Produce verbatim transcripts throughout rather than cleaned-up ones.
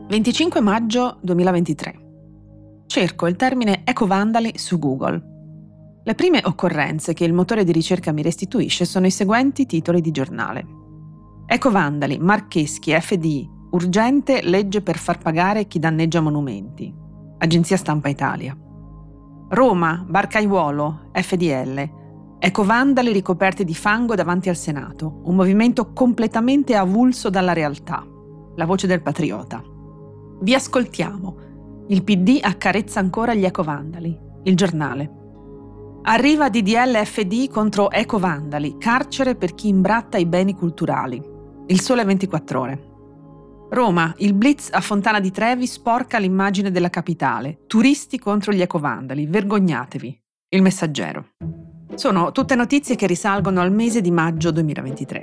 venticinque maggio duemilaventitré. Cerco il termine ecovandali su Google. Le prime occorrenze che il motore di ricerca mi restituisce sono i seguenti titoli di giornale. Ecovandali, Marcheschi, F D I, urgente legge per far pagare chi danneggia monumenti. Agenzia Stampa Italia. Roma, Barcaiuolo, F D L. Ecovandali ricoperti di fango davanti al Senato, un movimento completamente avulso dalla realtà. La voce del patriota. Vi ascoltiamo. Il P D accarezza ancora gli ecovandali. Il giornale. Arriva D D L F D contro ecovandali, carcere per chi imbratta i beni culturali. Il Sole ventiquattro Ore. Roma, il blitz a Fontana di Trevi sporca l'immagine della capitale. Turisti contro gli ecovandali, vergognatevi. Il Messaggero. Sono tutte notizie che risalgono al mese di maggio duemilaventitré.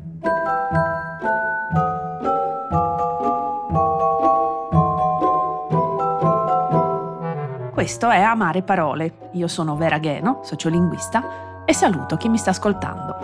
Questo è Amare Parole. Io sono Vera Gheno, sociolinguista, e saluto chi mi sta ascoltando.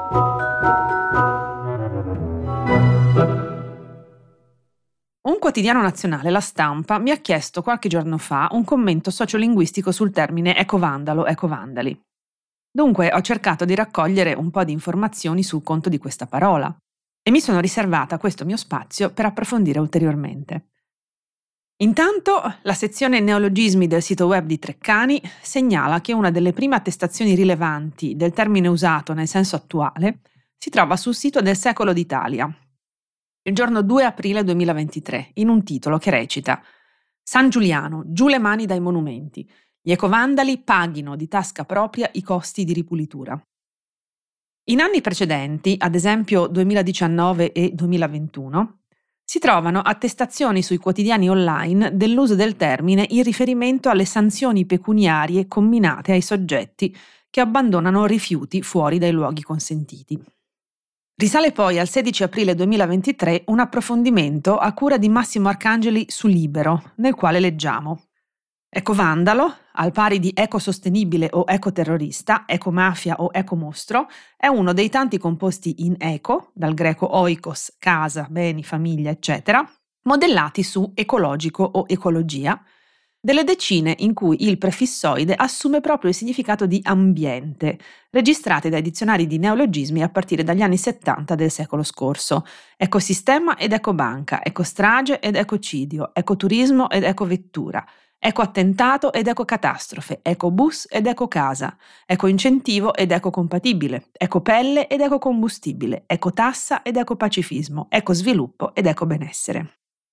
Un quotidiano nazionale, La Stampa, mi ha chiesto qualche giorno fa un commento sociolinguistico sul termine ecovandalo, ecovandali. Dunque ho cercato di raccogliere un po' di informazioni sul conto di questa parola e mi sono riservata questo mio spazio per approfondire ulteriormente. Intanto, la sezione neologismi del sito web di Treccani segnala che una delle prime attestazioni rilevanti del termine usato nel senso attuale si trova sul sito del Secolo d'Italia, il giorno due aprile duemilaventitré, in un titolo che recita «San Giuliano, giù le mani dai monumenti. Gli ecovandali paghino di tasca propria i costi di ripulitura». In anni precedenti, ad esempio duemiladiciannove e duemilaventuno, si trovano attestazioni sui quotidiani online dell'uso del termine in riferimento alle sanzioni pecuniarie comminate ai soggetti che abbandonano rifiuti fuori dai luoghi consentiti. Risale poi al sedici aprile duemilaventitré un approfondimento a cura di Massimo Arcangeli su Libero, nel quale leggiamo: ecovandalo, al pari di ecosostenibile o ecoterrorista, ecomafia o ecomostro, è uno dei tanti composti in eco, dal greco oikos, casa, beni, famiglia, eccetera, modellati su ecologico o ecologia, delle decine in cui il prefissoide assume proprio il significato di ambiente, registrate dai dizionari di neologismi a partire dagli anni settanta del secolo scorso: ecosistema ed ecobanca, ecostrage ed ecocidio, ecoturismo ed ecovettura, ecoattentato ed ecocatastrofe, ecobus ed ecocasa, ecoincentivo ed ecocompatibile, ecopelle ed ecocombustibile, ecotassa ed ecopacifismo, ecosviluppo ed ecobenessere.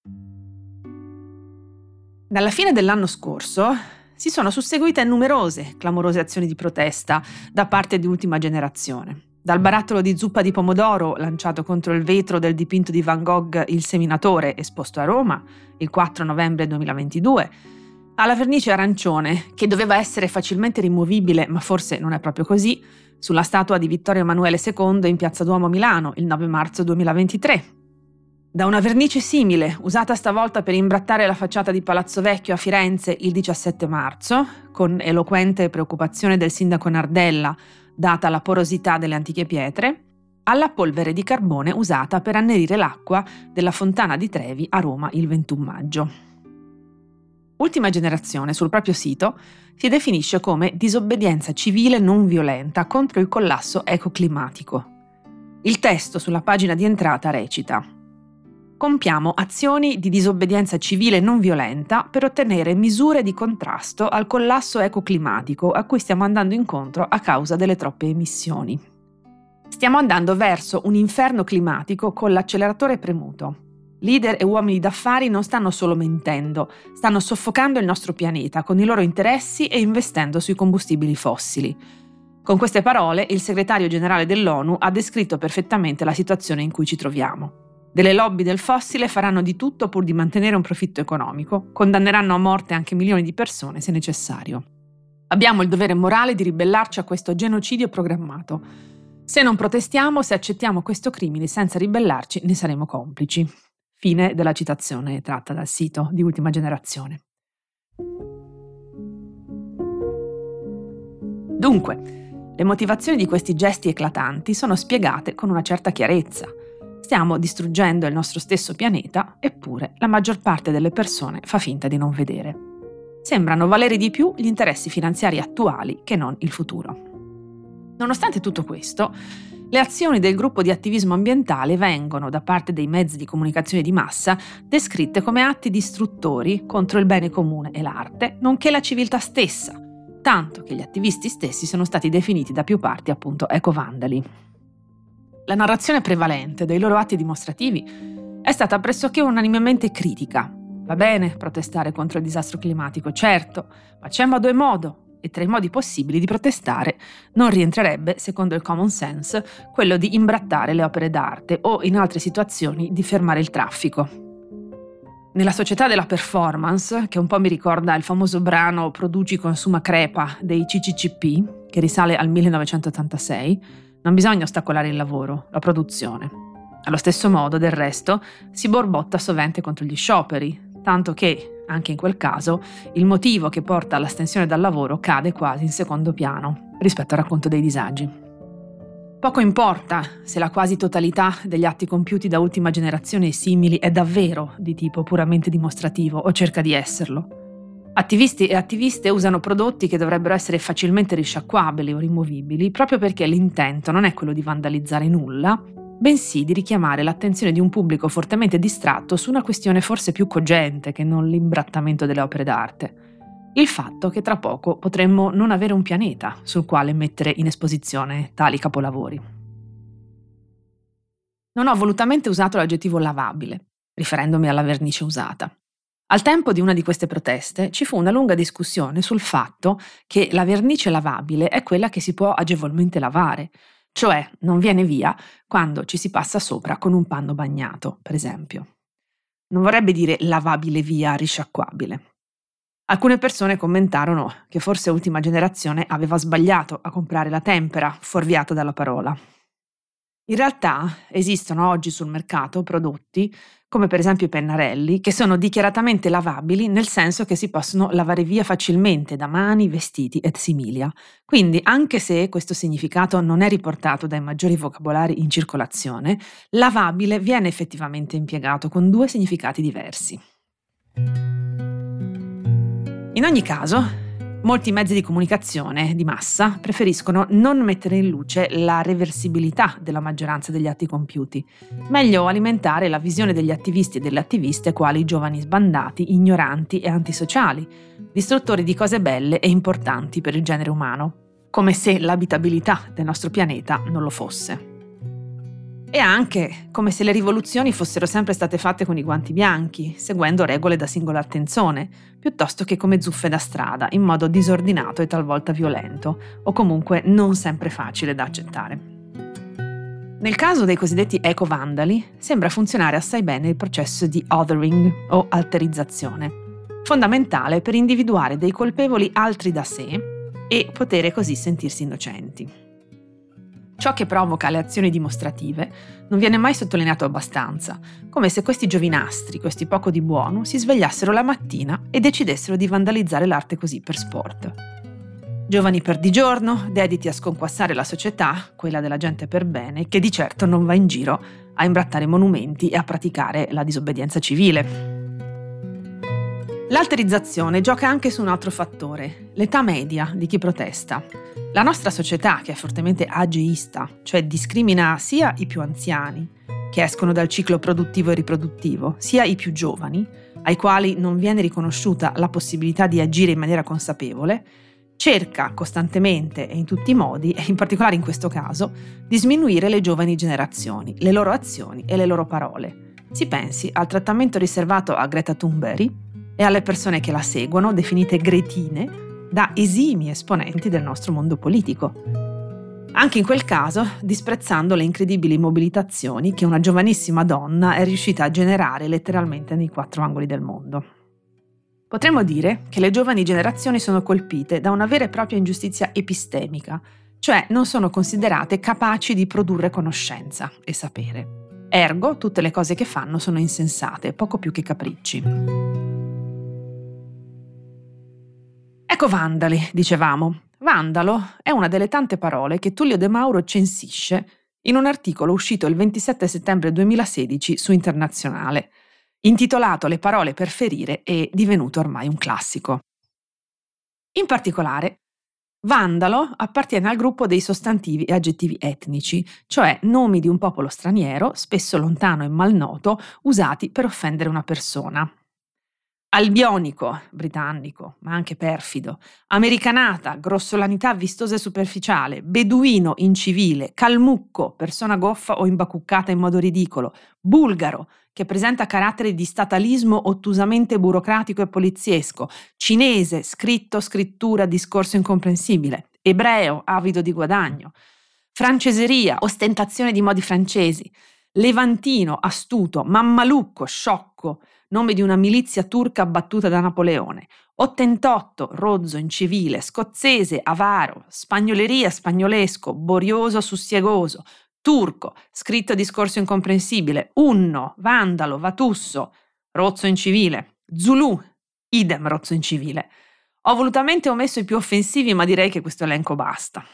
Dalla fine dell'anno scorso si sono susseguite numerose clamorose azioni di protesta da parte di Ultima Generazione. Dal barattolo di zuppa di pomodoro lanciato contro il vetro del dipinto di Van Gogh Il Seminatore, esposto a Roma il quattro novembre duemilaventidue, alla vernice arancione, che doveva essere facilmente rimovibile, ma forse non è proprio così, sulla statua di Vittorio Emanuele secondo in Piazza Duomo a Milano il nove marzo duemilaventitré. Da una vernice simile, usata stavolta per imbrattare la facciata di Palazzo Vecchio a Firenze il diciassette marzo, con eloquente preoccupazione del sindaco Nardella, data la porosità delle antiche pietre, alla polvere di carbone usata per annerire l'acqua della Fontana di Trevi a Roma il ventuno maggio. Ultima Generazione, sul proprio sito, si definisce come disobbedienza civile non violenta contro il collasso ecoclimatico. Il testo sulla pagina di entrata recita: compiamo azioni di disobbedienza civile non violenta per ottenere misure di contrasto al collasso ecoclimatico a cui stiamo andando incontro a causa delle troppe emissioni. Stiamo andando verso un inferno climatico con l'acceleratore premuto. Leader e uomini d'affari non stanno solo mentendo, stanno soffocando il nostro pianeta con i loro interessi e investendo sui combustibili fossili. Con queste parole, il segretario generale dell'ONU ha descritto perfettamente la situazione in cui ci troviamo. Delle lobby del fossile faranno di tutto pur di mantenere un profitto economico, condanneranno a morte anche milioni di persone se necessario. Abbiamo il dovere morale di ribellarci a questo genocidio programmato. Se non protestiamo, se accettiamo questo crimine senza ribellarci, ne saremo complici. Fine della citazione tratta dal sito di Ultima Generazione. Dunque, le motivazioni di questi gesti eclatanti sono spiegate con una certa chiarezza. Stiamo distruggendo il nostro stesso pianeta, eppure la maggior parte delle persone fa finta di non vedere. Sembrano valere di più gli interessi finanziari attuali che non il futuro. Nonostante tutto questo, le azioni del gruppo di attivismo ambientale vengono, da parte dei mezzi di comunicazione di massa, descritte come atti distruttori contro il bene comune e l'arte, nonché la civiltà stessa, tanto che gli attivisti stessi sono stati definiti da più parti appunto ecovandali. La narrazione prevalente dei loro atti dimostrativi è stata pressoché unanimemente critica. Va bene protestare contro il disastro climatico, certo, ma c'è modo e modo. E tra i modi possibili di protestare non rientrerebbe, secondo il common sense, quello di imbrattare le opere d'arte o, in altre situazioni, di fermare il traffico. Nella società della performance, che un po' mi ricorda il famoso brano Produci consuma crepa dei C C C P, che risale al millenovecentottantasei, non bisogna ostacolare il lavoro, la produzione. Allo stesso modo, del resto, si borbotta sovente contro gli scioperi, tanto che, anche in quel caso, il motivo che porta all'astensione dal lavoro cade quasi in secondo piano rispetto al racconto dei disagi. Poco importa se la quasi totalità degli atti compiuti da ultima generazione e simili è davvero di tipo puramente dimostrativo o cerca di esserlo. Attivisti e attiviste usano prodotti che dovrebbero essere facilmente risciacquabili o rimovibili proprio perché l'intento non è quello di vandalizzare nulla, bensì di richiamare l'attenzione di un pubblico fortemente distratto su una questione forse più cogente che non l'imbrattamento delle opere d'arte. Il fatto che tra poco potremmo non avere un pianeta sul quale mettere in esposizione tali capolavori. Non ho volutamente usato l'aggettivo lavabile, riferendomi alla vernice usata. Al tempo di una di queste proteste ci fu una lunga discussione sul fatto che la vernice lavabile è quella che si può agevolmente lavare, cioè non viene via quando ci si passa sopra con un panno bagnato, per esempio. Non vorrebbe dire lavabile via risciacquabile. Alcune persone commentarono che forse Ultima Generazione aveva sbagliato a comprare la tempera fuorviata dalla parola. In realtà esistono oggi sul mercato prodotti, come per esempio i pennarelli, che sono dichiaratamente lavabili nel senso che si possono lavare via facilmente da mani, vestiti et similia. Quindi, anche se questo significato non è riportato dai maggiori vocabolari in circolazione, lavabile viene effettivamente impiegato con due significati diversi. In ogni caso, molti mezzi di comunicazione di massa preferiscono non mettere in luce la reversibilità della maggioranza degli atti compiuti. Meglio alimentare la visione degli attivisti e delle attiviste quali giovani sbandati, ignoranti e antisociali, distruttori di cose belle e importanti per il genere umano, come se l'abitabilità del nostro pianeta non lo fosse. E anche come se le rivoluzioni fossero sempre state fatte con i guanti bianchi, seguendo regole da singolar tenzone, piuttosto che come zuffe da strada, in modo disordinato e talvolta violento, o comunque non sempre facile da accettare. Nel caso dei cosiddetti ecovandali, sembra funzionare assai bene il processo di othering o alterizzazione, fondamentale per individuare dei colpevoli altri da sé e poter così sentirsi innocenti. Ciò che provoca le azioni dimostrative non viene mai sottolineato abbastanza, come se questi giovinastri, questi poco di buono, si svegliassero la mattina e decidessero di vandalizzare l'arte così per sport. Giovani per di giorno, dediti a sconquassare la società, quella della gente per bene, che di certo non va in giro a imbrattare monumenti e a praticare la disobbedienza civile. L'alterizzazione gioca anche su un altro fattore, l'età media di chi protesta. La nostra società, che è fortemente ageista, cioè discrimina sia i più anziani, che escono dal ciclo produttivo e riproduttivo, sia i più giovani, ai quali non viene riconosciuta la possibilità di agire in maniera consapevole, cerca costantemente e in tutti i modi, e in particolare in questo caso, di sminuire le giovani generazioni, le loro azioni e le loro parole. Si pensi al trattamento riservato a Greta Thunberg e alle persone che la seguono, definite gretine, da esimi esponenti del nostro mondo politico. Anche in quel caso, disprezzando le incredibili mobilitazioni che una giovanissima donna è riuscita a generare letteralmente nei quattro angoli del mondo. Potremmo dire che le giovani generazioni sono colpite da una vera e propria ingiustizia epistemica, cioè non sono considerate capaci di produrre conoscenza e sapere. Ergo, tutte le cose che fanno sono insensate, poco più che capricci. Ecovandali, dicevamo. Vandalo è una delle tante parole che Tullio De Mauro censisce in un articolo uscito il ventisette settembre duemilasedici su Internazionale, intitolato Le parole per ferire e divenuto ormai un classico. In particolare, vandalo appartiene al gruppo dei sostantivi e aggettivi etnici, cioè nomi di un popolo straniero, spesso lontano e malnoto, usati per offendere una persona. Albionico, britannico, ma anche perfido, americanata, grossolanità vistosa e superficiale, beduino, incivile, calmucco, persona goffa o imbacuccata in modo ridicolo, bulgaro, che presenta caratteri di statalismo ottusamente burocratico e poliziesco, cinese, scritto, scrittura, discorso incomprensibile, ebreo, avido di guadagno, franceseria, ostentazione di modi francesi, levantino, astuto, mammalucco, sciocco, nome di una milizia turca abbattuta da Napoleone, ottantotto, rozzo, incivile, scozzese, avaro, spagnoleria, spagnolesco, borioso, sussiegoso, turco, scritto discorso incomprensibile, unno, vandalo, vatusso, rozzo incivile, zulù, idem rozzo incivile. Ho volutamente omesso i più offensivi, ma direi che questo elenco basta.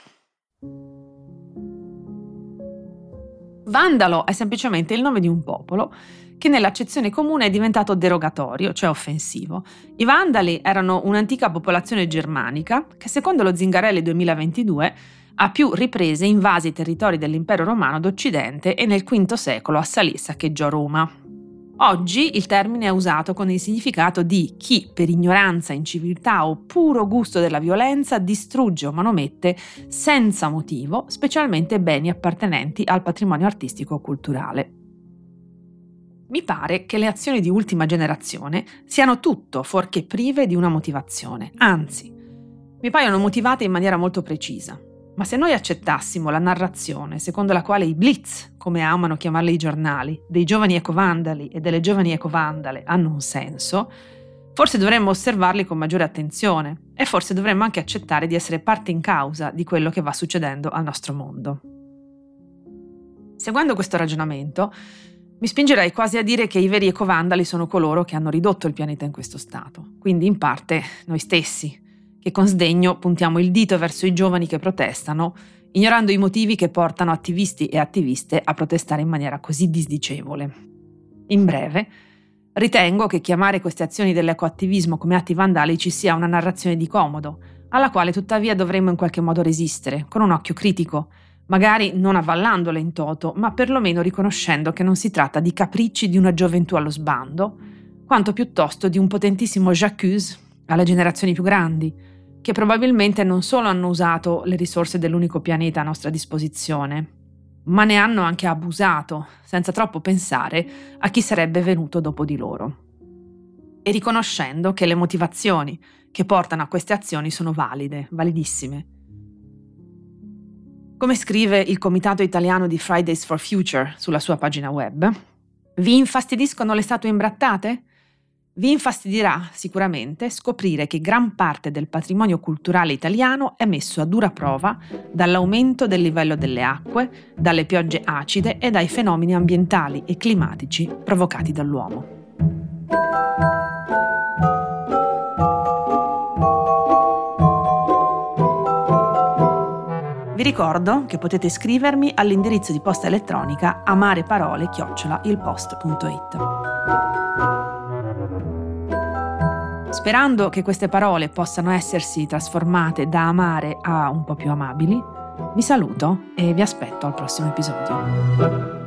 Vandalo è semplicemente il nome di un popolo che nell'accezione comune è diventato derogatorio, cioè offensivo. I Vandali erano un'antica popolazione germanica che, secondo lo Zingarelli duemilaventidue, a più riprese invase i territori dell'impero romano d'Occidente e nel quinto secolo assalì e saccheggiò Roma. Oggi il termine è usato con il significato di chi, per ignoranza, inciviltà o puro gusto della violenza, distrugge o manomette senza motivo, specialmente beni appartenenti al patrimonio artistico o culturale. Mi pare che le azioni di ultima generazione siano tutto fuorché prive di una motivazione, anzi, mi paiono motivate in maniera molto precisa. Ma se noi accettassimo la narrazione secondo la quale i blitz, come amano chiamarli i giornali, dei giovani ecovandali e delle giovani ecovandale hanno un senso, forse dovremmo osservarli con maggiore attenzione e forse dovremmo anche accettare di essere parte in causa di quello che va succedendo al nostro mondo. Seguendo questo ragionamento, mi spingerei quasi a dire che i veri ecovandali sono coloro che hanno ridotto il pianeta in questo stato, quindi in parte noi stessi, che con sdegno puntiamo il dito verso i giovani che protestano, ignorando i motivi che portano attivisti e attiviste a protestare in maniera così disdicevole. In breve, ritengo che chiamare queste azioni dell'ecoattivismo come atti vandalici sia una narrazione di comodo, alla quale tuttavia dovremmo in qualche modo resistere, con un occhio critico, magari non avvallandole in toto, ma perlomeno riconoscendo che non si tratta di capricci di una gioventù allo sbando, quanto piuttosto di un potentissimo j'accuse alle generazioni più grandi, che probabilmente non solo hanno usato le risorse dell'unico pianeta a nostra disposizione, ma ne hanno anche abusato, senza troppo pensare a chi sarebbe venuto dopo di loro. E riconoscendo che le motivazioni che portano a queste azioni sono valide, validissime. Come scrive il Comitato Italiano di Fridays for Future sulla sua pagina web, vi infastidiscono le statue imbrattate? Vi infastidirà sicuramente scoprire che gran parte del patrimonio culturale italiano è messo a dura prova dall'aumento del livello delle acque, dalle piogge acide e dai fenomeni ambientali e climatici provocati dall'uomo. Vi ricordo che potete scrivermi all'indirizzo di posta elettronica amareparole chiocciola ilpost punto it. Sperando che queste parole possano essersi trasformate da amare a un po' più amabili, vi saluto e vi aspetto al prossimo episodio.